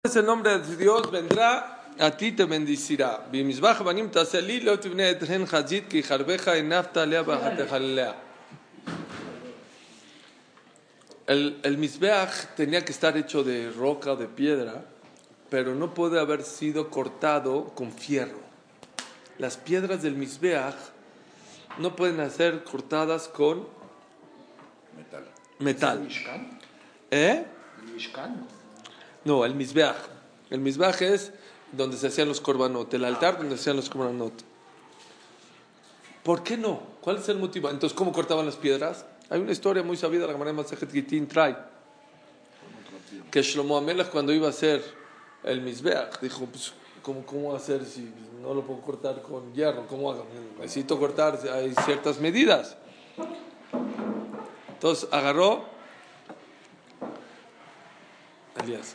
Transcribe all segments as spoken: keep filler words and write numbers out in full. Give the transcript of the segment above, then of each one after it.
Es el nombre de Dios, vendrá, a ti te bendicirá. El, el Mizbeach tenía que estar hecho de roca o de piedra, pero no puede haber sido cortado con fierro. Las piedras del Mizbeach no pueden ser cortadas con metal. metal. ¿El Mishkan? ¿Eh? ¿El Mishkan? No, el Mizbeach. El Mizbeach es donde se hacían los korbanot, el altar donde se hacían los korbanot. ¿Por qué no? ¿Cuál es el motivo? Entonces, ¿cómo cortaban las piedras? Hay una historia muy sabida, la Gemara Masejet Gitin trae, que Shlomo Amelech, cuando iba a hacer el Mizbeach, dijo, pues, ¿cómo, ¿cómo hacer si no lo puedo cortar con hierro? ¿Cómo hago? Necesito cortar, hay ciertas medidas. Entonces, agarró Elías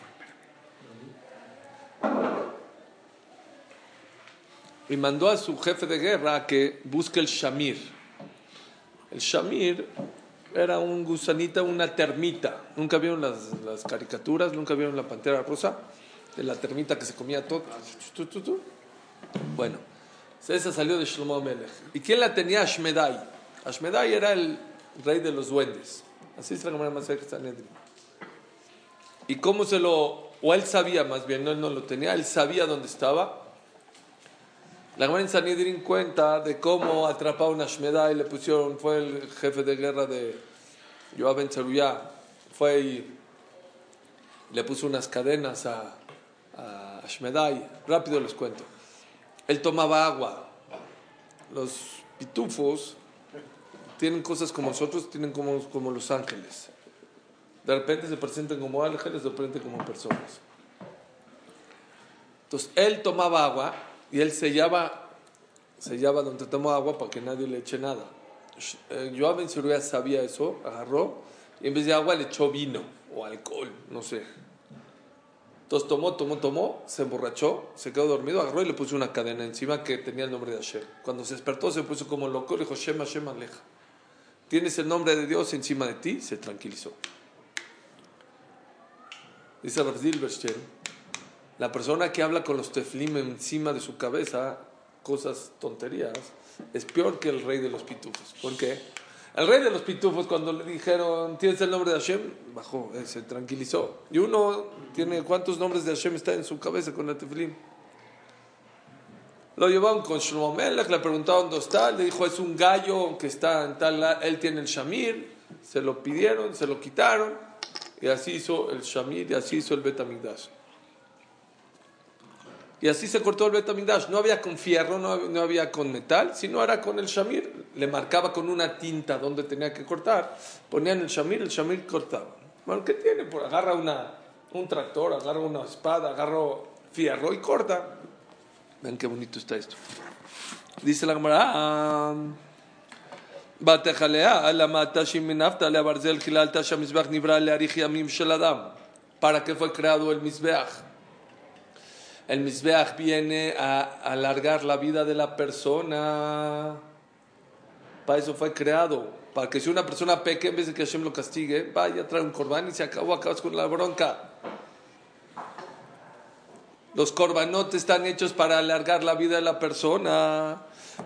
y mandó a su jefe de guerra a que busque el shamir. El shamir era un gusanita, una termita. ¿Nunca vieron las, las caricaturas? ¿Nunca vieron la pantera rosa? De la termita que se comía todo. Bueno, esa salió de Shlomo Amelech. ¿Y quién la tenía? Ashmedai. Ashmedai era el rey de los duendes. Así se la llama más cerca. ¿Y cómo se lo...? O él sabía, más bien, no, él no lo tenía. Él sabía dónde estaba. La Gemara en Sanedrín cuenta de cómo atraparon a Ashmedai y le pusieron, fue el jefe de guerra de Yoab ben Tzeruyá, fue y le puso unas cadenas a, a Ashmedai. Rápido les cuento. Él tomaba agua. Los pitufos tienen cosas como nosotros, tienen como, como los ángeles. De repente se presentan como ángeles, de repente como personas. Entonces él tomaba agua y él sellaba, sellaba donde tomó agua para que nadie le eche nada. Yoab ben Tzeruyá sabía eso, agarró y en vez de agua le echó vino o alcohol, no sé. Entonces tomó, tomó, tomó, se emborrachó, se quedó dormido, agarró y le puso una cadena encima que tenía el nombre de Hashem. Cuando se despertó se puso como loco, le dijo, Shem, Hashem, aleja. Tienes el nombre de Dios encima de ti, se tranquilizó. Dice Rav Zilberstein, la persona que habla con los teflim encima de su cabeza, cosas, tonterías, es peor que el rey de los pitufos. ¿Por qué? El rey de los pitufos, cuando le dijeron, ¿tienes el nombre de Hashem? Bajó, eh, se tranquilizó. Y uno tiene, ¿cuántos nombres de Hashem están en su cabeza con el teflim? Lo llevaron con Shlomo Amelech, le preguntaron dónde está, le dijo, es un gallo que está en tal, él tiene el shamir, se lo pidieron, se lo quitaron, y así hizo el shamir, y así hizo el Bet Hamikdash. Y así se cortó el Bet Hamikdash. No había con fierro, no había, no había con metal, sino era con el shamir. Le marcaba con una tinta donde tenía que cortar. Ponían el shamir, el shamir cortaba. Bueno, ¿qué tiene? Pues agarra una, un tractor, agarra una espada, agarra fierro y corta. Ven qué bonito está esto. Dice la Gemara, ¿para qué fue creado el Mizbeach? El Mizbeach viene a alargar la vida de la persona. Para eso fue creado. Para que si una persona peque, en vez de que Hashem lo castigue, vaya, trae un corbán y se acabó, acabas con la bronca. Los korbanot están hechos para alargar la vida de la persona.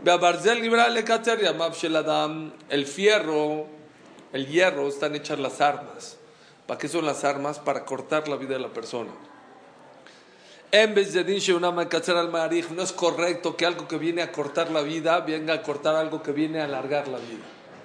El fierro, el hierro, están hechas las armas. ¿Para qué son las armas? Para cortar la vida de la persona. En vez de decir una mekatzer al marij, no es correcto que algo que viene a cortar la vida venga a cortar algo que viene a alargar la vida.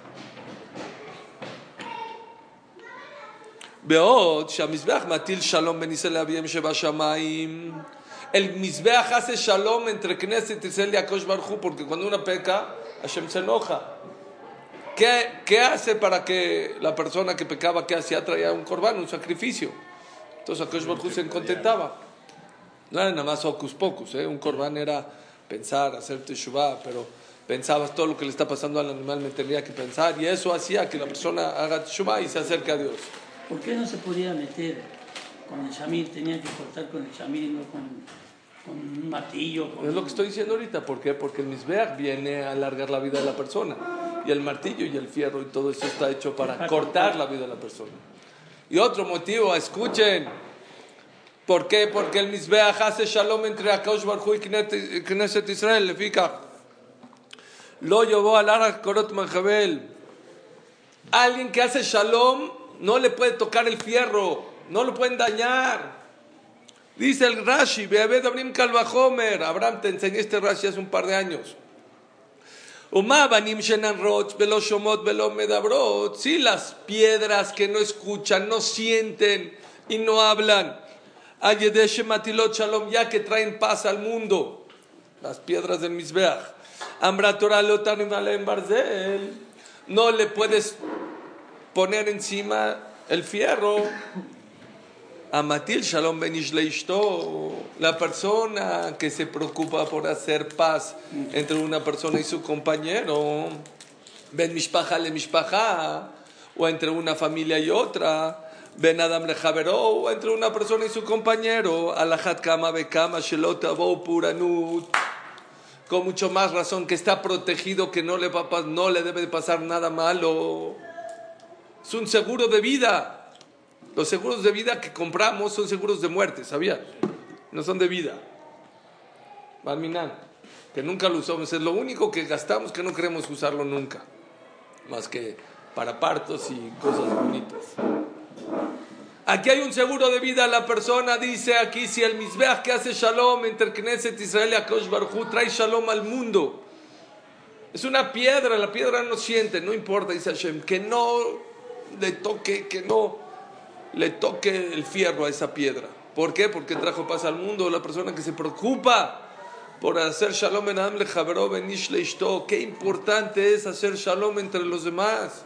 Beot shamizbeach matil shalom ben Israel abiem sheba shamayim. El mizbeach hace shalom entre Knesset y Israel y Akadosh Baruj Hu, porque cuando uno peca, Hashem se enoja. ¿Qué, ¿Qué hace para que la persona que pecaba, qué hacía? Traía un corbán, un sacrificio. Entonces Akadosh Baruj Hu se contentaba. No era nada más hocus pocus, ¿eh? Un corbán era pensar, hacer teshuvah, pero pensabas todo lo que le está pasando al animal, me tendría que pensar, y eso hacía que la persona haga teshuvah y se acerque a Dios. ¿Por qué no se podía meter con el shamir? Tenía que cortar con el shamir y no con, con un martillo. Con es lo que estoy diciendo ahorita. ¿Por qué? Porque el Mizbeach viene a alargar la vida de la persona, y el martillo y el fierro y todo eso está hecho para cortar la vida de la persona. Y otro motivo, escuchen, ¿Por qué? Porque el Mizbeach hace shalom entre Akadosh Baruj Hu y Knesset Israel. Lefica. Lo llevó al Arak Korot Majabel. Alguien que hace shalom no le puede tocar el fierro, no lo pueden dañar. Dice el Rashi, Be'aved Abrim Kalvahomer. Abraham, te enseñé este Rashi hace un par de años. Uma banim shenan roch, velo shomot, velo medabrot. Sí, las piedras que no escuchan, no sienten y no hablan. Ayedeshe matilot shalom, ya que traen paz al mundo. Las piedras del Mizbeach. Ambra Torah lotanim alem barzel. No le puedes poner encima el fierro. Amatil shalom benish leishto. La persona que se preocupa por hacer paz entre una persona y su compañero, ben mishpacha le mishpacha, o entre una familia y otra, ben adam le javero, o entre una persona y su compañero, alajat kama bekama shelot avo puranut. Con mucho más razón que está protegido, que no le va a, no le debe de pasar nada malo. Es un seguro de vida. Los seguros de vida que compramos son seguros de muerte, ¿sabían? No son de vida. Balminan, que nunca lo usamos. Es lo único que gastamos que no queremos usarlo nunca. Más que para partos y cosas bonitas. Aquí hay un seguro de vida. La persona dice aquí, si el Mizbeach que hace shalom entre Knesset Israel y Akadosh Baruj Hu trae shalom al mundo. Es una piedra, la piedra no siente, no importa, dice Hashem, que no le toque, que no le toque el fierro a esa piedra. ¿Por qué? Porque trajo paz al mundo. La persona que se preocupa por hacer shalom en Adam le Javero benish leishto. Qué importante es hacer shalom entre los demás.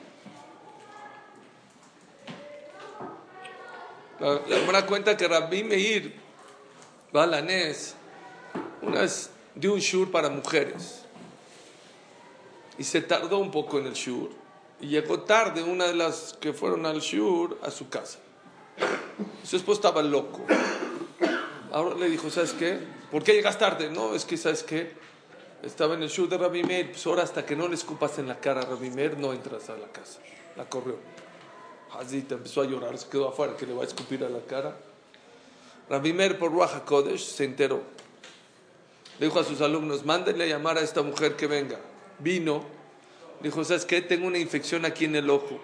La Gemara cuenta que Rabbi Meir Balanés una vez dio un shur para mujeres y se tardó un poco en el shur y llegó tarde una de las que fueron al shur a su casa. Su esposo estaba loco. Ahora le dijo, ¿sabes qué? ¿Por qué llegas tarde? No, es que, ¿sabes qué? Estaba en el shur de Rabbi Meir. Pues ahora hasta que no le escupas en la cara a Rabbi Meir no entras a la casa. La corrió. Hazita empezó a llorar, se quedó afuera, que le va a escupir a la cara. Rabbi Meir por Ruach HaKodesh se enteró. Le dijo a sus alumnos, mándenle a llamar a esta mujer que venga. Vino, dijo, ¿sabes qué? Tengo una infección aquí en el ojo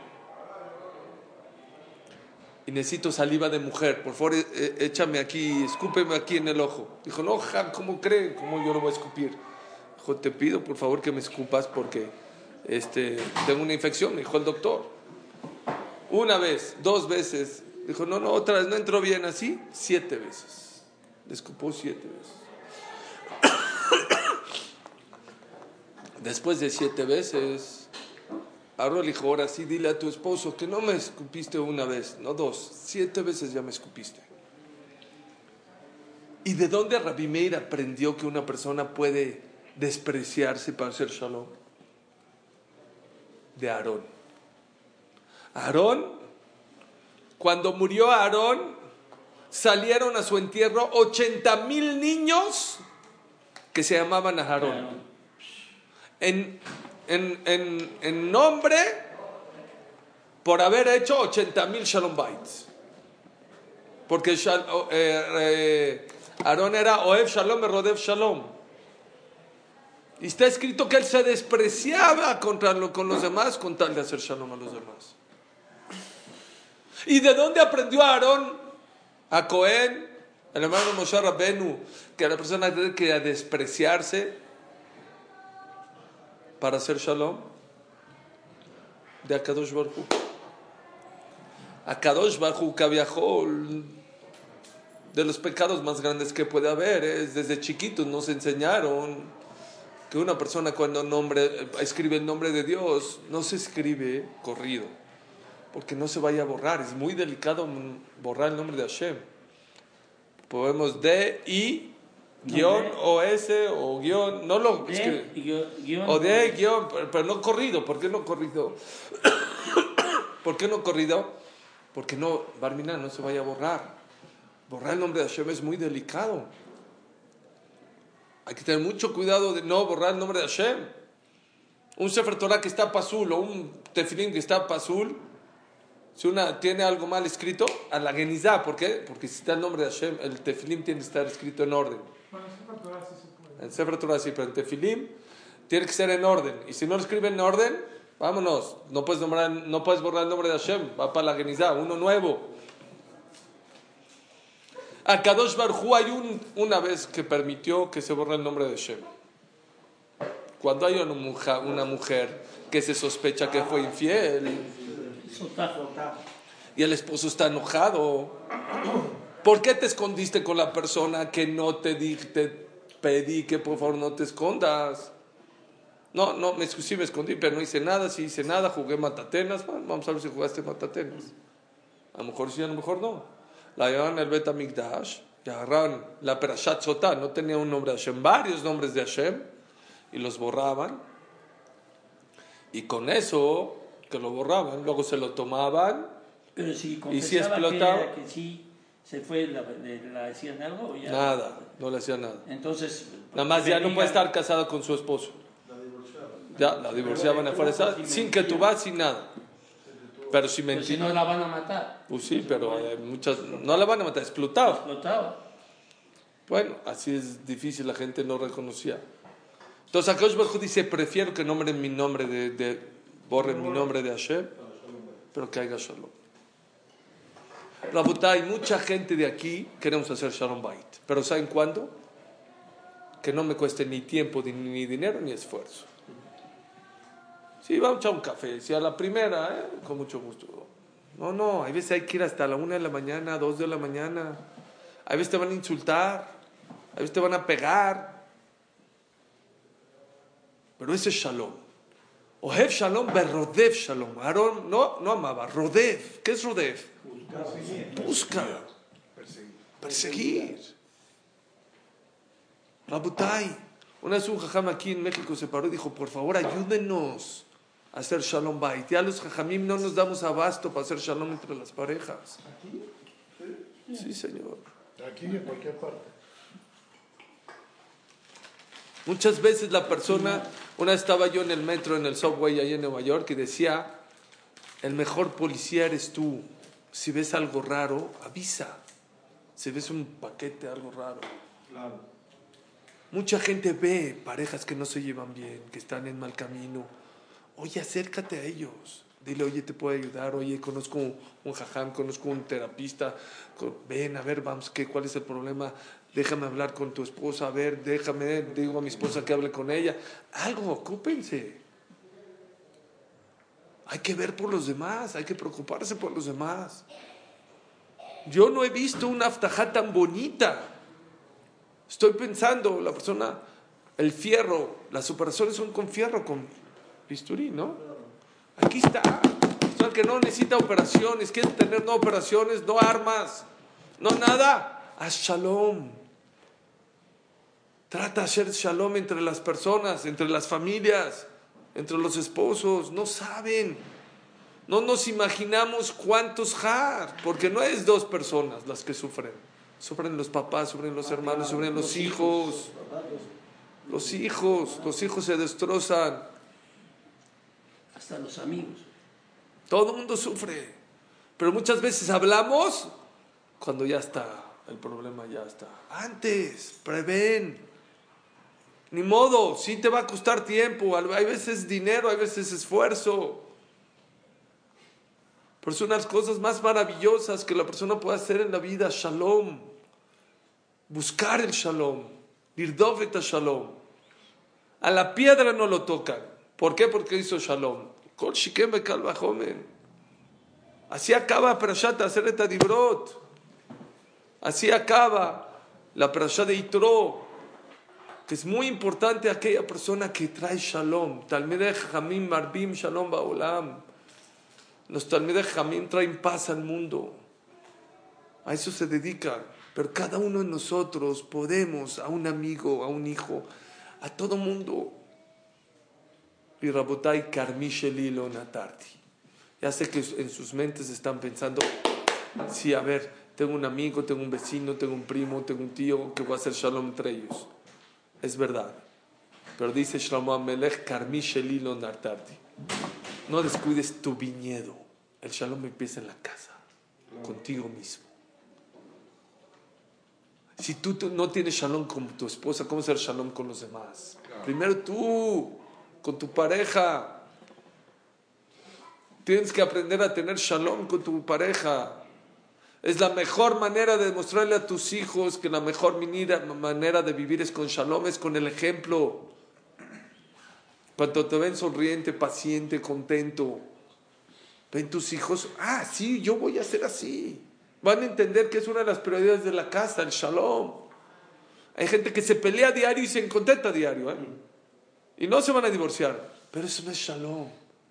y necesito saliva de mujer, por favor échame aquí, escúpeme aquí en el ojo. Dijo, no, ¿cómo cree? ¿Cómo yo lo voy a escupir? Dijo, te pido por favor que me escupas porque este, tengo una infección, me dijo el doctor. Una vez, dos veces, dijo, no, no, otra vez, no entró bien así, siete veces. Le escupó siete veces. Después de siete veces, ahora le dijo, ahora sí, dile a tu esposo que no me escupiste una vez, no dos, siete veces ya me escupiste. ¿Y de dónde Rabbi Meir aprendió que una persona puede despreciarse para hacer shalom? De Aarón. Aarón, cuando murió Aarón, salieron a su entierro ochenta mil niños que se llamaban a Aarón. En, en, en, en nombre, por haber hecho ochenta mil Shalom Bites. Porque eh, eh, Aarón era Oev Shalom, Rodev Shalom. Y está escrito que él se despreciaba contra lo, con los demás con tal de hacer Shalom a los demás. ¿Y de dónde aprendió Aarón? A Cohen, el hermano Moshe Rabbenu, que la persona tiene que despreciarse para hacer shalom. De Akadosh Baruj Hu. Akadosh Baruj Hu Kaviahol, de los pecados más grandes que puede haber, es desde chiquitos nos enseñaron que una persona cuando nombre, escribe el nombre de Dios, no se escribe corrido, porque no se vaya a borrar. Es muy delicado borrar el nombre de Hashem. Podemos D, I, guión, o S, o guión, no lo de, guión, o D, guión, pero no corrido. ¿Por qué no corrido? ¿Por qué no corrido? Porque no, Barmina, no se vaya a borrar. Borrar el nombre de Hashem es muy delicado. Hay que tener mucho cuidado de no borrar el nombre de Hashem. Un Sefer Torah que está pasul o un tefilín que está pasul, Si una tiene algo mal escrito, a la genizá, ¿por qué? Porque si está el nombre de Hashem, el tefilim tiene que estar escrito en orden. Bueno, en Sefer Torah sí se puede. En Sefer Torah sí, pero en tefilim tiene que ser en orden. Y si no lo escribe en orden, vámonos. No puedes, nombrar, no puedes borrar el nombre de Hashem, va para la genizá, uno nuevo. A Kadosh Baruj Hu hay un, una vez que permitió que se borre el nombre de Hashem. Cuando hay una mujer, una mujer que se sospecha que fue infiel y el esposo está enojado, ¿por qué te escondiste con la persona que no te, di, te pedí que por favor no te escondas? No, no, me, sí me escondí, pero no hice nada. Si hice nada, jugué matatenas. Bueno, vamos a ver si jugaste matatenas. A lo mejor sí, a lo mejor no. La llevaban al Bet HaMikdash y agarraban la Perashat Sotá, no tenía un nombre de Hashem, varios nombres de Hashem, y los borraban. Y con eso, que lo borraban, luego se lo tomaban. Pero si y si confesaba explotaba, que, era, que sí se fue, ¿la, le, la hacían algo? ¿O ya? Nada, no le hacía nada. Entonces, nada más ya diga, no puede estar casada con su esposo. La divorciaban. Ya, la divorciaban a fuerza, sin que tú vas, sin nada. Pero si pero si mentira. no la van a matar. Pues sí, pero eh, muchas no la van a matar, explotaba. Explotaba. Bueno, así es difícil, la gente no reconocía. Entonces Akadosh Baruj Hu dice, prefiero que nombren mi nombre de, de borren mi nombre de Hashem, pero que haya Shalom. Rabotai, mucha gente de aquí queremos hacer Shalom Bait, pero ¿saben cuándo? Que no me cueste ni tiempo, ni, ni dinero, ni esfuerzo. Sí, vamos a echar un café, si a la primera, eh, con mucho gusto. No, no, hay veces hay que ir hasta la una de la mañana, dos de la mañana. Hay veces te van a insultar, hay veces te van a pegar. Pero ese es Shalom. Ohev Shalom, berrodev Shalom. Aarón no, no amaba, rodev. ¿Qué es rodev? Busca. Perseguir. Rabutai. Una vez un jajam aquí en México se paró y dijo, por favor, ayúdenos a hacer Shalom Bait. Ya los jajamim no nos damos abasto para hacer Shalom entre las parejas. ¿Aquí? Sí. Sí, señor. Aquí y en cualquier parte. Muchas veces la persona, una vez estaba yo en el metro, en el subway ahí en Nueva York y decía, el mejor policía eres tú. Si ves algo raro, avisa. Si ves un paquete, algo raro. Claro. Mucha gente ve parejas que no se llevan bien, que están en mal camino. Oye, acércate a ellos. Dile, oye, te puedo ayudar. Oye, conozco un, un jajam, conozco un terapista. Ven, a ver, vamos, ¿qué, ¿cuál es el problema? Déjame hablar con tu esposa. A ver, déjame, digo a mi esposa que hable con ella. Algo, ocúpense. Hay que ver por los demás, hay que preocuparse por los demás. Yo no he visto una aftajá tan bonita. Estoy pensando, la persona, el fierro, las operaciones son con fierro, con bisturí, ¿no? Aquí está. O sea, que no necesita operaciones, quiere tener no operaciones, no armas, no nada. Haz shalom. Trata de hacer shalom entre las personas, entre las familias, entre los esposos. No saben. No nos imaginamos cuántos har, porque no es dos personas las que sufren. Sufren los papás, sufren los hermanos, sufren los hijos. Los hijos, los hijos se destrozan. Hasta los amigos. Todo el mundo sufre. Pero muchas veces hablamos cuando ya está, el problema ya está. Antes, prevén. Ni modo, sí te va a costar tiempo. Hay veces dinero, hay veces esfuerzo. Pero son las cosas más maravillosas que la persona puede hacer en la vida. Shalom. Buscar el shalom. Lirdovet shalom. A la piedra no lo tocan. ¿Por qué? Porque hizo shalom. Kol shikem bekal bajomen. Así acaba Parashat Aseret Adibrot. Así acaba la Parashat de Yitro. Que es muy importante aquella persona que trae shalom. Talmidei Chachamim marbim shalom ba'olam. Los Talmidei Chachamim traen paz al mundo. A eso se dedican. Pero cada uno de nosotros podemos, a un amigo, a un hijo, a todo mundo. Y Rabotai Karmisheli lo natarti. Ya sé que en sus mentes están pensando, sí, a ver, tengo un amigo, tengo un vecino, tengo un primo, tengo un tío que voy a hacer shalom entre ellos. Es verdad. Pero dice Shlomo Amelech, Karmisheli lo natarti. No descuides tu viñedo. El shalom empieza en la casa, contigo mismo. Si tú, tú no tienes shalom con tu esposa, ¿cómo será shalom con los demás? Claro. Primero tú, con tu pareja. Tienes que aprender a tener shalom con tu pareja. Es la mejor manera de demostrarle a tus hijos que la mejor manera de vivir es con shalom, es con el ejemplo. Cuando te ven sonriente, paciente, contento, ven tus hijos, ah, sí, yo voy a ser así. Van a entender que es una de las prioridades de la casa, el shalom. Hay gente que se pelea diario y se contenta diario, ¿eh? Y no se van a divorciar, pero eso no es shalom.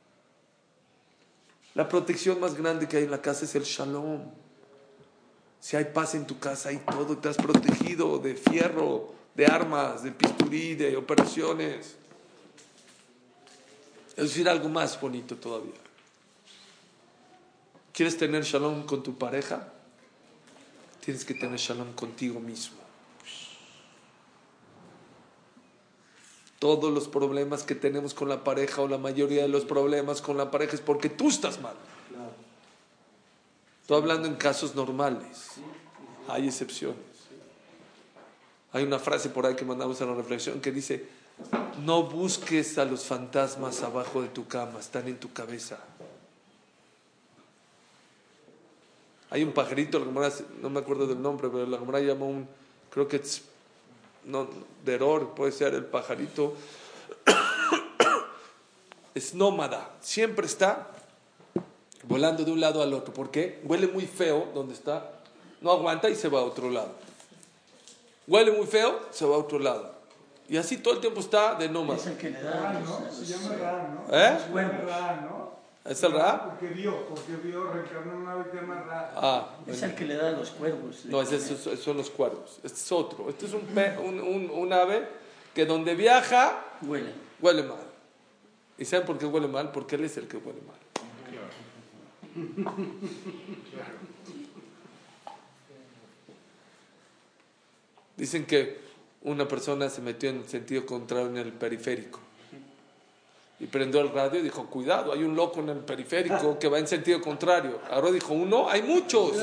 La protección más grande que hay en la casa es el shalom. Si hay paz en tu casa, hay todo, te has protegido de fierro, de armas, de pisturí, de operaciones. Es decir, algo más bonito todavía. ¿Quieres tener shalom con tu pareja? Tienes que tener shalom contigo mismo. Todos los problemas que tenemos con la pareja, o la mayoría de los problemas con la pareja, es porque tú estás mal. Estoy hablando en casos normales. Hay excepciones. Hay una frase por ahí que mandamos a la reflexión que dice: no busques a los fantasmas abajo de tu cama, están en tu cabeza. Hay un pajarito, la Gemara, no me acuerdo del nombre, pero la Gemara llama un, creo que es, no, deror, puede ser el pajarito. Es nómada, siempre está volando de un lado al otro. ¿Por qué? Huele muy feo donde está, no aguanta y se va a otro lado. Huele muy feo, se va a otro lado. Y así todo el tiempo está de nómada. Es el que le da, ¿no? Se llama Ra, ¿no? ¿Eh? Se llama Ra, ¿no? ¿Es el Ra? Porque vio, porque vio, reencarnó una ave que se llama Ra. Ah, es el que le da a los cuervos. no, esos, esos son los cuervos. Este es otro. Este es un, pe, un, un, un ave que donde viaja huele. huele mal. ¿Y saben por qué huele mal? Porque él es el que huele mal. Dicen que una persona se metió en sentido contrario en el periférico y prendió el radio y dijo: cuidado, hay un loco en el periférico que va en sentido contrario. Ahora dijo: uno, hay muchos.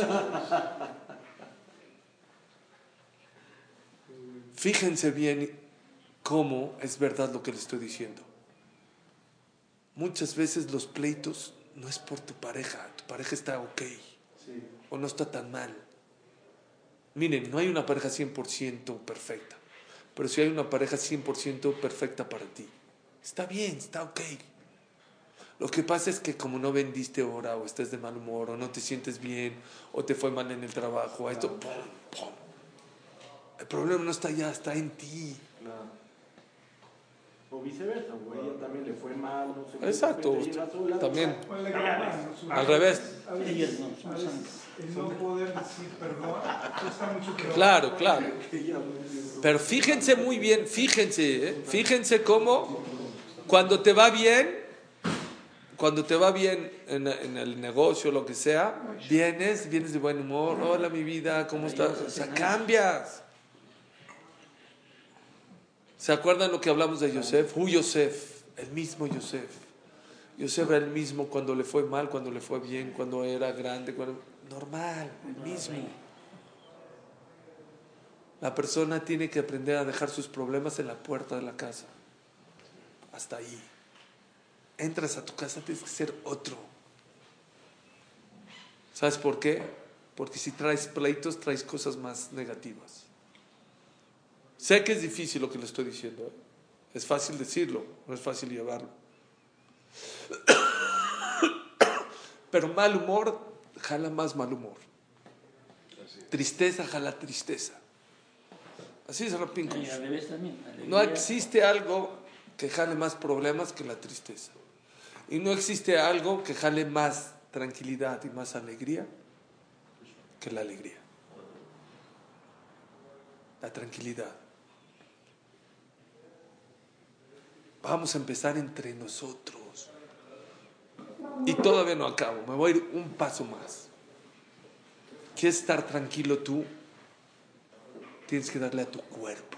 Fíjense bien cómo es verdad lo que les estoy diciendo. Muchas veces los pleitos no es por tu pareja, tu pareja está ok, sí, o no está tan mal. Miren, no hay una pareja cien por ciento perfecta, pero sí hay una pareja cien por ciento perfecta para ti. Está bien, está ok. Lo que pasa es que como no vendiste ahora, o estás de mal humor, o no te sientes bien, o te fue mal en el trabajo, esto, pum, pum. El problema no está allá, está en ti. Claro. O viceversa, o ella también le fue mal, no sé qué. Exacto, también. Mal, al revés. A veces, a veces el no poder decir perdón cuesta mucho peor. Claro, claro. Pero fíjense muy bien, fíjense, ¿eh? Fíjense cómo cuando te va bien, cuando te va bien en, en el negocio, lo que sea, vienes, vienes de buen humor. Hola, mi vida, ¿cómo estás? O sea, cambias. ¿Se acuerdan lo que hablamos de Yosef? Hu Yosef, el mismo Yosef. Yosef era el mismo cuando le fue mal, cuando le fue bien, cuando era grande, cuando... normal, el mismo. La persona tiene que aprender a dejar sus problemas en la puerta de la casa. Hasta ahí. Entras a tu casa, tienes que ser otro. ¿Sabes por qué? Porque si traes pleitos, traes cosas más negativas. Sé que es difícil lo que le estoy diciendo, ¿eh? Es fácil decirlo, no es fácil llevarlo. Pero mal humor jala más mal humor. Tristeza jala tristeza. Así es, Rapín. No existe algo que jale más problemas que la tristeza. Y no existe algo que jale más tranquilidad y más alegría que la alegría. La tranquilidad. Vamos a empezar entre nosotros. Y todavía no acabo, me voy a ir un paso más. ¿Quieres estar tranquilo tú? Tienes que darle a tu cuerpo.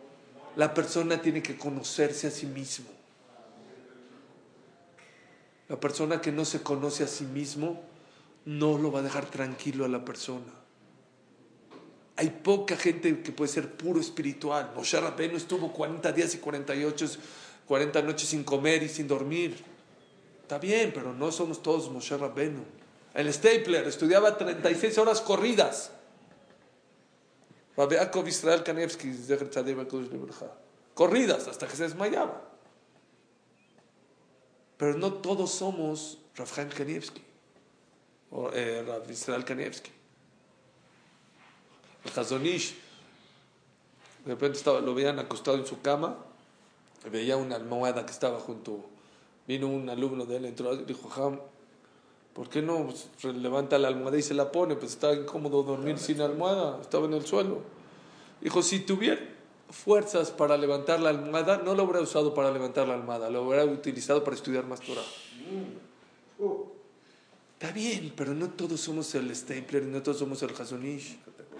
La persona tiene que conocerse a sí mismo. La persona que no se conoce a sí mismo no lo va a dejar tranquilo a la persona. Hay poca gente que puede ser puro espiritual. Moshe Rabbeinu estuvo cuarenta días y cuarenta y ocho, cuarenta noches sin comer y sin dormir. Está bien, pero no somos todos Moshe Rabbeinu. El Stapler estudiaba treinta y seis horas corridas. Rabbi Yaakov Israel Kanevsky, corridas hasta que se desmayaba. Pero no todos somos Rav Chaim Kanievsky o eh, Rav Israel Kanievsky. El Chazon Ish, de repente estaba, lo veían acostado en su cama, veía una almohada que estaba junto. Vino un alumno de él, entró y dijo: Jam, ¿por qué no pues, levanta la almohada y se la pone? Pues está incómodo dormir sin almohada, estaba en el suelo. Dijo: si tuviera fuerzas para levantar la almohada, no lo hubiera usado para levantar la almohada, lo hubiera utilizado para estudiar más Torah. Está bien, pero no todos somos el Stapler, no todos somos el Chazon Ish.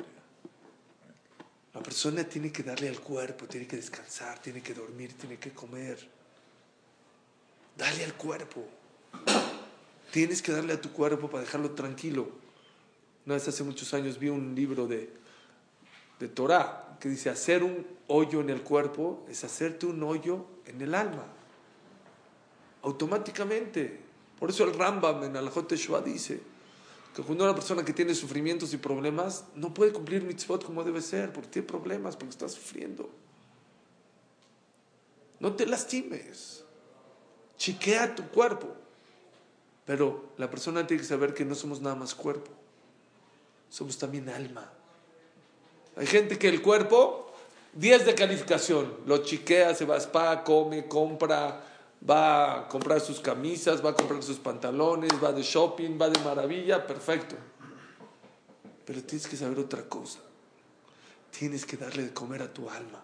La persona tiene que darle al cuerpo, tiene que descansar, tiene que dormir, tiene que comer. Dale al cuerpo. Tienes que darle a tu cuerpo para dejarlo tranquilo. Una vez hace muchos años vi un libro de, de Torah que dice: hacer un hoyo en el cuerpo es hacerte un hoyo en el alma. Automáticamente. Por eso el Rambam en Alajot Teshuvah dice que cuando una persona que tiene sufrimientos y problemas no puede cumplir mitzvot como debe ser, porque tiene problemas, porque está sufriendo. No te lastimes. Chiquea tu cuerpo. Pero la persona tiene que saber que no somos nada más cuerpo. Somos también alma. Hay gente que el cuerpo, diez de calificación. Lo chiquea, se va a spa, come, compra, va a comprar sus camisas, va a comprar sus pantalones, va de shopping, va de maravilla, perfecto. Pero tienes que saber otra cosa. Tienes que darle de comer a tu alma.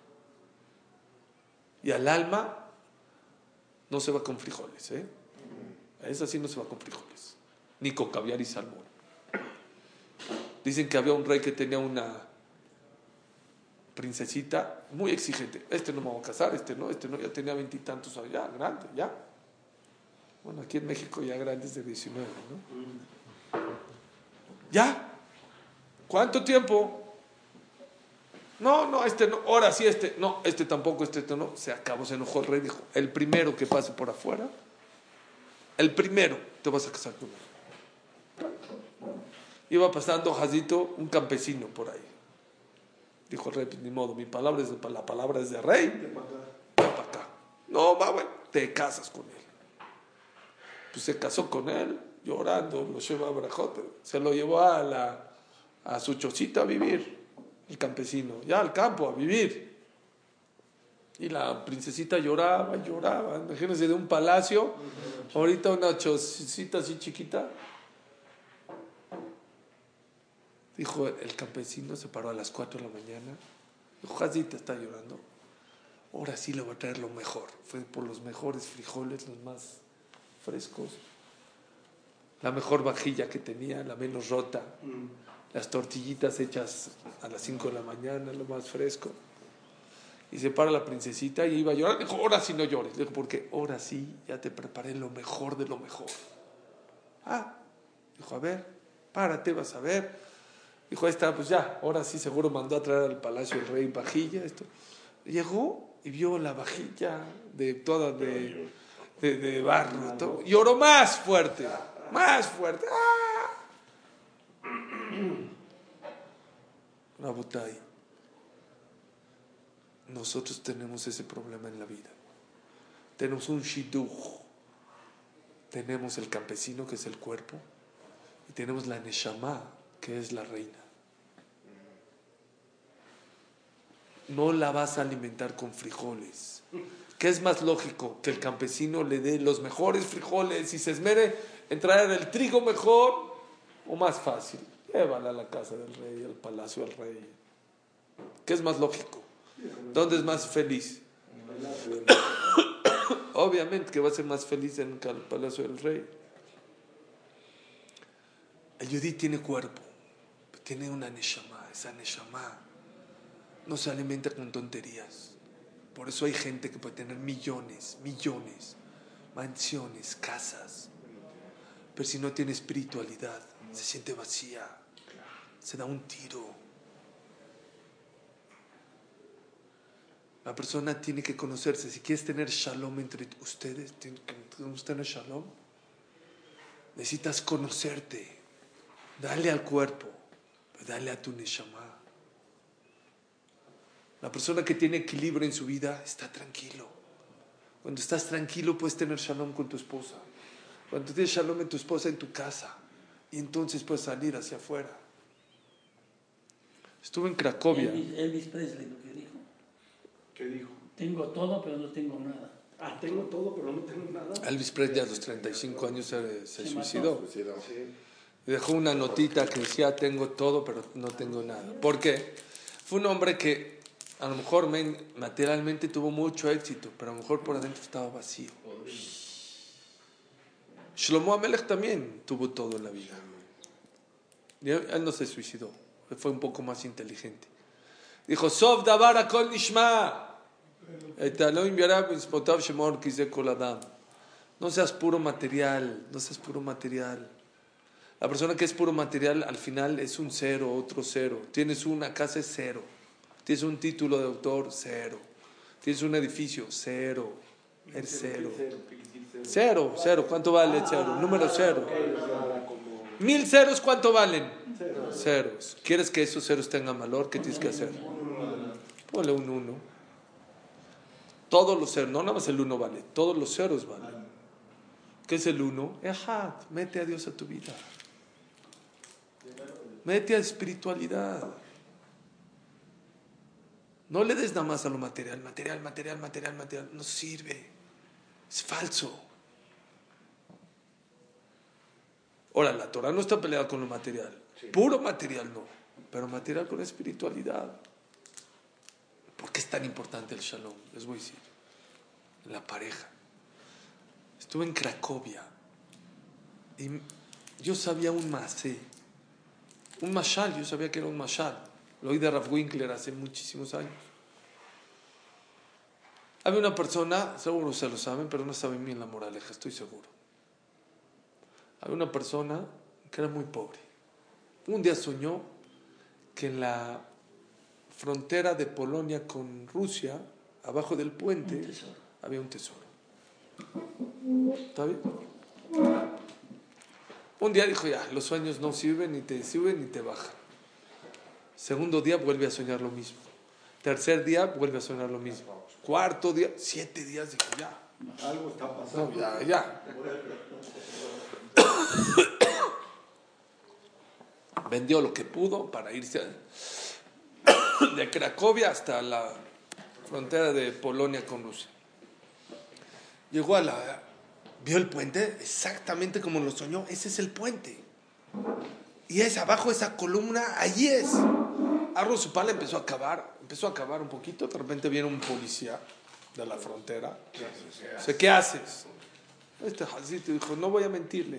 Y al alma no se va con frijoles, ¿eh? A esa sí no se va con frijoles, ni con caviar y salmón. Dicen que había un rey que tenía una princesita muy exigente. Este no me va a casar, este no, este no, ya tenía veintitantos años, ya grande, ya. Bueno, aquí en México ya grandes de diecinueve, ¿no? ¿Ya? ¿Cuánto tiempo? No, no, este no, ahora sí este, no, este tampoco, este, este no. Se acabó, se enojó el rey, dijo: el primero que pase por afuera, el primero te vas a casar con él. Iba pasando Jazito, un campesino por ahí. Dijo el rey: ni modo, mi palabra es de, la palabra es de rey. Ven para acá. No, va, bueno, te casas con él. Pues se casó con él, llorando, lo llevó a Brajote, se lo llevó a, la, a su chocita a vivir, el campesino, ya al campo a vivir. Y la princesita lloraba, lloraba. Imagínense, de un palacio, ahorita una chocita así chiquita. Dijo el campesino, se paró a las cuatro de la mañana. Dijo: Jazita está llorando. Ahora sí le voy a traer lo mejor. Fue por los mejores frijoles, los más frescos. La mejor vajilla que tenía, la menos rota. Las tortillitas hechas a las cinco de la mañana, lo más fresco. Y se para la princesita y iba a llorar. Dijo: ahora sí no llores. Dijo: porque ahora sí ya te preparé lo mejor de lo mejor. Ah, dijo: a ver, párate, vas a ver. Dijo: ahí está, pues ya, ahora sí seguro mandó a traer al palacio el rey vajilla. Esto. Llegó y vio la vajilla de toda de, de, de barro. Todo. Lloró más fuerte, más fuerte. ¡Ah! Rabotay, nosotros tenemos ese problema en la vida. Tenemos un shidduch. Tenemos el campesino, que es el cuerpo, y tenemos la neshama, que es la reina. No la vas a alimentar con frijoles. ¿Qué es más lógico? Que el campesino le dé los mejores frijoles y se esmere en traer el trigo mejor, o más fácil, llévala a la casa del rey, al palacio del rey. ¿Qué es más lógico? ¿Dónde es más feliz? Obviamente que va a ser más feliz en el palacio del rey. El yudí tiene cuerpo, tiene una neshama. Esa neshama no se alimenta con tonterías. Por eso hay gente que puede tener millones, millones, mansiones, casas. Pero si no tiene espiritualidad, se siente vacía, se da un tiro. La persona tiene que conocerse. Si quieres tener shalom entre ustedes, ¿tenemos que tener shalom? Necesitas conocerte. Dale al cuerpo, dale a tu neshama. La persona que tiene equilibrio en su vida está tranquilo. Cuando estás tranquilo puedes tener shalom con tu esposa. Cuando tienes shalom en tu esposa, en tu casa. Y entonces puedes salir hacia afuera. Estuve en Cracovia. Elvis, Elvis Presley lo que dijo. ¿Qué dijo? Tengo todo, pero no tengo nada. Ah, tengo todo, pero no tengo nada. Elvis Presley a los treinta y cinco años se, se Se suicidó. mató. Sí. Y dejó una notita que decía, tengo todo, pero no tengo nada. ¿Por qué? Fue un hombre que a lo mejor materialmente tuvo mucho éxito, pero a lo mejor por adentro estaba vacío. Shlomo Amelech también tuvo todo en la vida. Y él, él no se suicidó, él fue un poco más inteligente. Dijo, Sov davar hakol nishma. No seas puro material, no seas puro material. La persona que es puro material al final es un cero, otro cero. Tienes una casa, es cero. Tienes un título de autor, cero. Tienes un edificio, cero. Es cero. Cero, cero. ¿Cuánto vale el cero? Número cero. Mil ceros, ¿cuánto valen? Ceros. ¿Quieres que esos ceros tengan valor? ¿Qué tienes que hacer? Ponle un uno. Todos los ceros, no nada más el uno vale. Todos los ceros valen. ¿Qué es el uno? Ejad. Mete a Dios a tu vida. Mete a espiritualidad. No le des nada más a lo material, material, material, material, material. No sirve. Es falso. Ahora, la Torah no está peleada con lo material. Sí. Puro material no. Pero material con espiritualidad. ¿Por qué es tan importante el shalom? Les voy a decir. La pareja. Estuve en Cracovia. Y yo sabía un masé. Un mashal, yo sabía que era un mashal. Lo oí de Rav Winkler hace muchísimos años. Había una persona, seguro se lo saben, pero no saben bien la moraleja, estoy seguro. Había una persona que era muy pobre. Un día soñó que en la frontera de Polonia con Rusia, abajo del puente, Un tesoro. había un tesoro. ¿Está bien? Un día dijo, ya, los sueños no sirven, ni te suben ni te bajan. Segundo día vuelve a soñar lo mismo. Tercer día vuelve a soñar lo mismo. Cuarto día, siete días, dijo, ya. Algo está pasando. No, ya, ya. Vendió lo que pudo para irse de Cracovia hasta la frontera de Polonia con Rusia. Llegó a la... ¿Vio el puente? Exactamente como lo soñó. Ese es el puente. Y es abajo esa columna, allí es. Agarró su pala, empezó a cavar. Empezó a cavar un poquito. De repente viene un policía de la frontera. Dice, ¿qué haces? Este Hazito dijo, no voy a mentirle.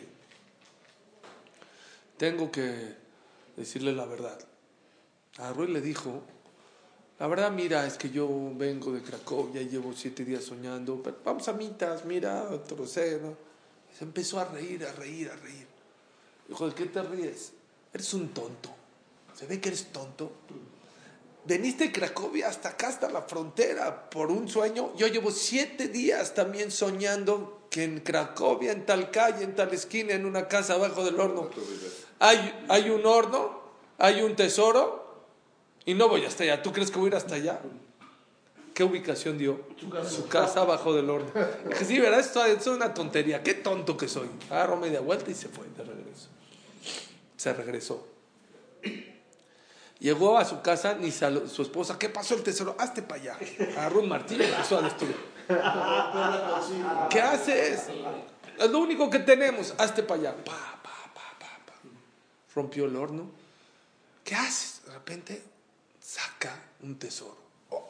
Tengo que decirle la verdad. Agarró y le dijo, la verdad, mira, es que yo vengo de Cracovia y llevo siete días soñando, pero vamos a mitas, mira, trocero. Se empezó a reír, a reír, a reír. Dijo, ¿de qué te ríes? Eres un tonto. ¿Se ve que eres tonto? Veniste de Cracovia hasta acá, hasta la frontera, por un sueño. Yo llevo siete días también soñando que en Cracovia, en tal calle, en tal esquina, en una casa abajo del horno, hay, hay un horno, hay un tesoro. Y no voy hasta allá. ¿Tú crees que voy a ir hasta allá? ¿Qué ubicación dio? Su casa, Su casa abajo del horno. Dije, sí, ¿verdad? Esto, esto es una tontería. Qué tonto que soy. Agarró media vuelta y se fue de regreso. Se regresó. Llegó a su casa, ni sal, su esposa, ¿qué pasó el tesoro? Hazte para allá. Agarró un martillo y empezó a destruir. ¿Qué haces? Es lo único que tenemos. Hazte para allá. Pa, pa, pa, pa, pa. Rompió el horno. ¿Qué haces? De repente saca un tesoro. Oh,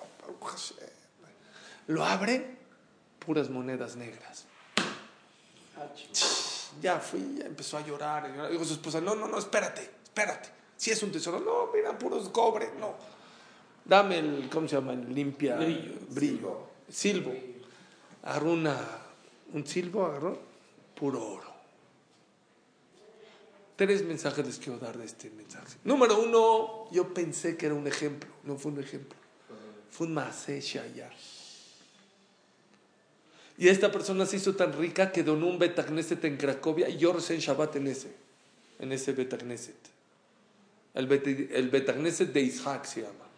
lo abre, puras monedas negras. Ya fui, ya empezó a llorar. A llorar. Dijo su esposa, no, no, no, espérate, espérate. Si es un tesoro, no, mira, puros cobre, no. Dame el, ¿cómo se llama? El limpia, Brillo. brillo, silbo. Agarró una, un silbo, agarró, puro oro. Tres mensajes les quiero dar de este mensaje. Número uno, yo pensé que era un ejemplo. No fue un ejemplo. Fue un maaseh shaya. Y esta persona se hizo tan rica que donó un Betagneset en Cracovia y yo recé en Shabbat en ese. En ese Betagneset. El, Bet, el Betagneset de Isaac se llama.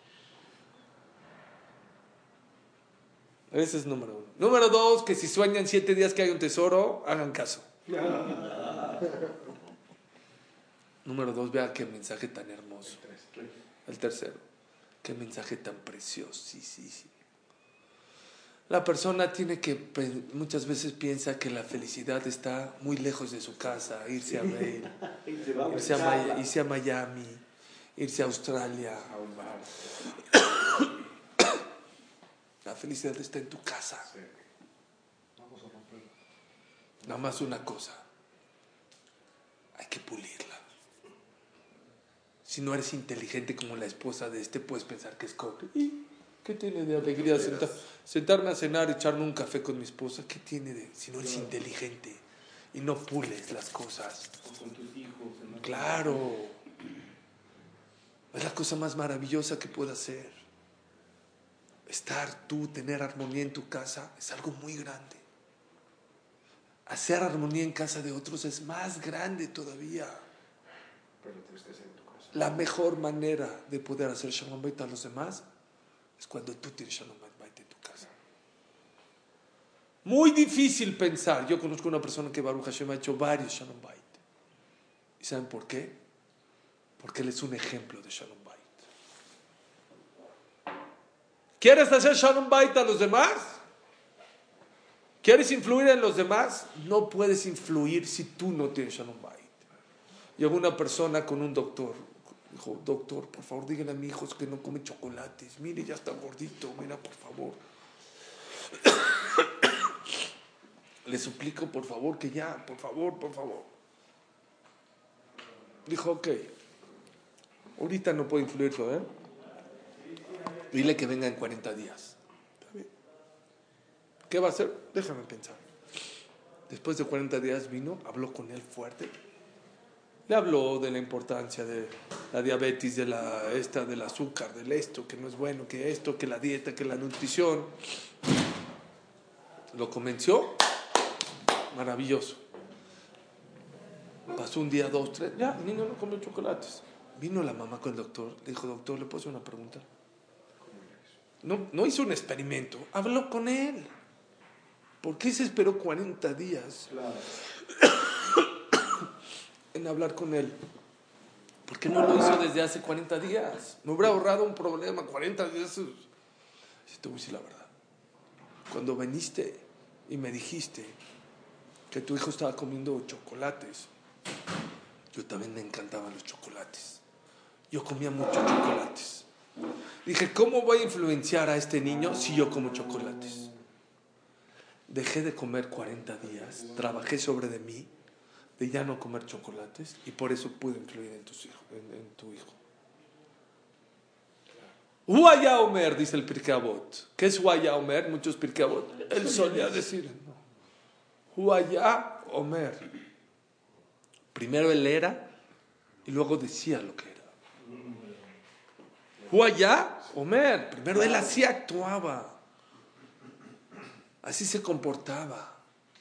Ese es número uno. Número dos, que si sueñan siete días que hay un tesoro, hagan caso. Número dos, vea qué mensaje tan hermoso. El tercero, qué mensaje tan precioso. Sí, sí, sí. La persona tiene que, muchas veces piensa que la felicidad está muy lejos de su casa, irse a Maine, irse, a irse a Miami, irse a Australia. La felicidad está en tu casa. Nada más una cosa, hay que pulirla. Si no eres inteligente como la esposa de este, puedes pensar que es coque. ¿Y qué tiene de alegría sentar, sentarme a cenar, echarme un café con mi esposa? ¿Qué tiene de...? Si no eres inteligente y no pules las cosas. Con tus hijos. ¿No? Claro. Es la cosa más maravillosa que puedo hacer. Estar tú, tener armonía en tu casa, es algo muy grande. Hacer armonía en casa de otros es más grande todavía. Pero tienes que hacer en tu casa. La mejor manera de poder hacer Shalom Bait a los demás es cuando tú tienes Shalom Bait en tu casa. Muy difícil pensar. Yo conozco una persona que Baruch Hashem ha hecho varios Shalom Bait. ¿Y saben por qué? Porque él es un ejemplo de Shalom Bait. ¿Quieres hacer Shalom Bait a los demás? ¿Quieres influir en los demás? No puedes influir si tú no tienes Shalom Bait. Llegó una persona con un doctor. Dijo, doctor, por favor, díganle a mi hijo que no come chocolates. Mire, ya está gordito, mira, por favor. Le suplico, por favor, que ya, por favor, por favor. Dijo, ok. Ahorita no puedo influirlo, ¿eh? Dile que venga en cuarenta días. ¿Está bien? ¿Qué va a hacer? Déjame pensar. Después de cuarenta días vino, habló con él fuerte. Le habló de la importancia de la diabetes, de la esta, del azúcar, del esto, que no es bueno, que esto, que la dieta, que la nutrición. Lo convenció. Maravilloso. Pasó un día, dos, tres. Ya, el niño no comió chocolates. Vino la mamá con el doctor. Le dijo, doctor, ¿le puedo hacer una pregunta? No, no hizo un experimento. Habló con él. ¿Por qué se esperó cuarenta días? Claro. En hablar con él. ¿Por qué no lo hizo desde hace cuarenta días? Me hubiera ahorrado un problema. cuarenta días. Si te voy a decir la verdad. Cuando viniste y me dijiste que tu hijo estaba comiendo chocolates, yo también me encantaban los chocolates. Yo comía muchos chocolates. Dije, ¿cómo voy a influenciar a este niño si yo como chocolates? Dejé de comer cuarenta días. Trabajé sobre de mí, de ya no comer chocolates, y por eso pude influir en, tus hijos, en, en tu hijo. Huaya Omer, dice el Pirkei Avot. ¿Qué es Huaya Omer? Muchos Pirkei Avot. Él solía decir, no. Huaya Omer. Primero él era y luego decía lo que era. Huaya Omer. Primero él así actuaba. Así se comportaba.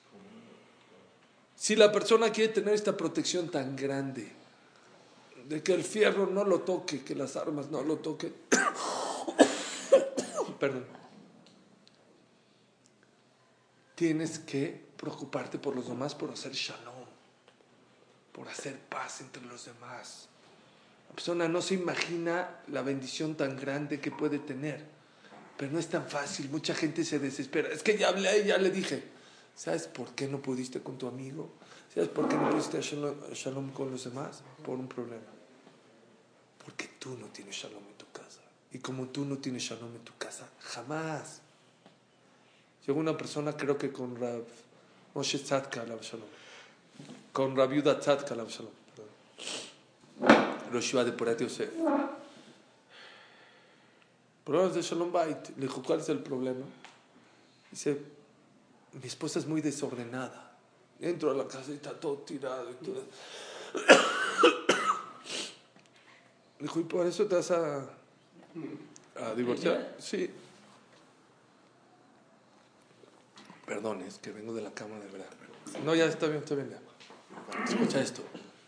Si la persona quiere tener esta protección tan grande, de que el fierro no lo toque, que las armas no lo toquen, perdón, tienes que preocuparte por los demás, por hacer shalom, por hacer paz entre los demás. La persona no se imagina la bendición tan grande que puede tener, pero no es tan fácil. Mucha gente se desespera. Es que ya hablé, ya le dije. ¿Sabes por qué no pudiste con tu amigo? ¿Sabes por qué no pudiste shalom, shalom con los demás? Por un problema. Porque tú no tienes shalom en tu casa. Y como tú no tienes shalom en tu casa, jamás. Llegó una persona, creo que con Rav Moshe Tzadka, alav shalom. Con Rav Yuda Tzadka, alav shalom. Rosh Yeshiva de Porat Yosef. Problemas de Shalom Bait. Le dijo, ¿cuál es el problema? Dice, mi esposa es muy desordenada. Entro a la casa y está todo tirado y todo. Dijo, ¿y por eso te vas a, a divorciar? Sí. Perdón, es que vengo de la cama de verdad. No, ya está bien, está bien. Ya. Escucha esto.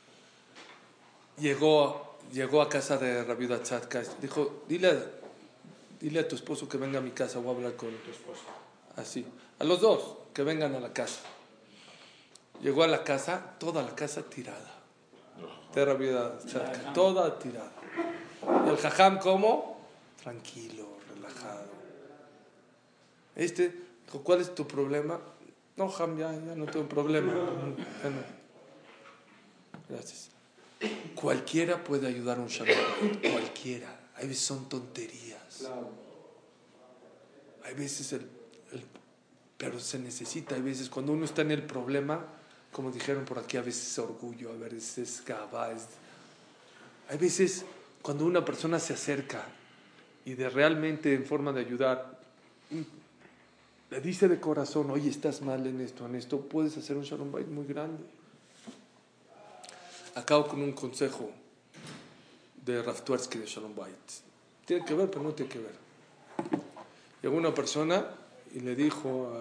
Llegó, llegó a casa de Rabbi Yehuda Tzadka. Dijo, dile a, dile a tu esposo que venga a mi casa. Voy a hablar con tu esposo. Así. A los dos, que vengan a la casa. Llegó a la casa, toda la casa tirada. De Rabbi Yehuda Tzadka. Toda tirada. Y el jajam, ¿cómo? Tranquilo, relajado. Este, dijo, ¿cuál es tu problema? No, jajam, ya, ya no tengo problema. Ya no. Gracias. Cualquiera puede ayudar a un shalom bayit, cualquiera. Hay veces son tonterías. Claro. Hay veces el, el, pero se necesita. Hay veces cuando uno está en el problema, como dijeron por aquí, a veces es orgullo, a veces es gabá. Es, hay veces cuando una persona se acerca y de realmente en forma de ayudar, le dice de corazón, oye, estás mal en esto, en esto, puedes hacer un shalom bayit muy grande. Acabo con un consejo de Rav Twersky de Shalom Bayit. Tiene que ver, pero no tiene que ver. Llegó una persona y le dijo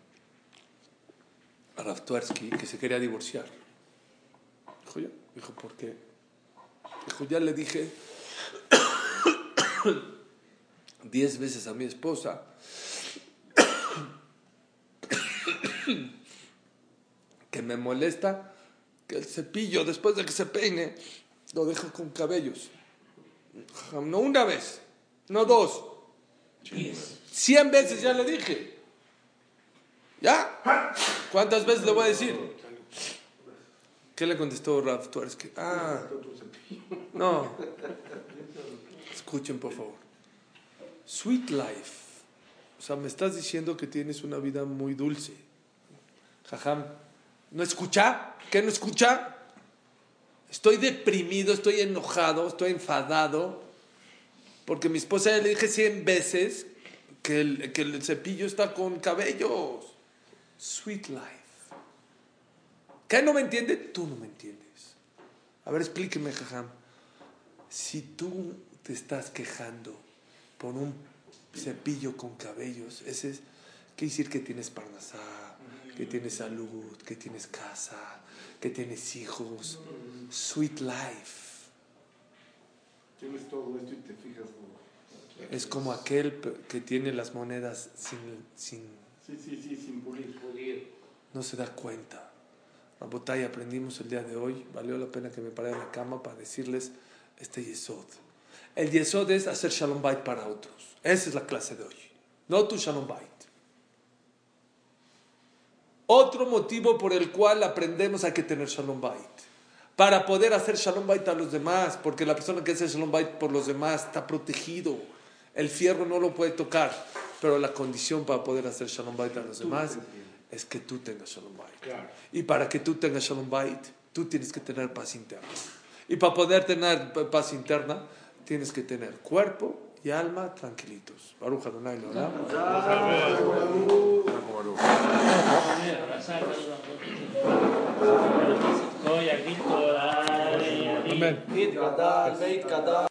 a, a Rav Twersky que se quería divorciar. Dijo, ya. Dijo, ¿por qué? Dijo, ya le dije diez veces a mi esposa que me molesta que el cepillo, después de que se peine, lo deja con cabellos. No una vez, no dos. Cien veces ya le dije. ¿Ya? ¿Cuántas veces le voy a decir? ¿Qué le contestó Rav Twersky? Ah, no. Escuchen, por favor. Sweet life. O sea, me estás diciendo que tienes una vida muy dulce. Jajam. ¿No escucha? ¿Qué no escucha? Estoy deprimido, estoy enojado, estoy enfadado, porque mi esposa ya le dije cien veces que el, que el cepillo está con cabellos. Sweet life. ¿Qué no me entiende? Tú no me entiendes. A ver, explíqueme, jajam. Si tú te estás quejando por un cepillo con cabellos, ese es, ¿qué decir que tienes parnasá? Que tienes salud, que tienes casa, que tienes hijos. Sweet life. Tienes todo esto y te fijas. ¿No? Es como aquel que tiene las monedas sin, sin, sí, sí, sí, sin pulir. pulir. No se da cuenta. Rabotay, aprendimos el día de hoy. Valió la pena que me paré en la cama para decirles este yesod. El yesod es hacer shalom bayit para otros. Esa es la clase de hoy. No tu shalom bayit. Otro motivo por el cual aprendemos hay que tener shalom bayit. Para poder hacer shalom bayit a los demás, porque la persona que hace shalom bayit por los demás está protegido. El fierro no lo puede tocar, pero la condición para poder hacer shalom bayit a los demás es que tú tengas shalom bayit. Claro. Y para que tú tengas shalom bayit, tú tienes que tener paz interna. Y para poder tener paz interna, tienes que tener cuerpo y alma tranquilitos. Baruch Adonai Leolam. Amén.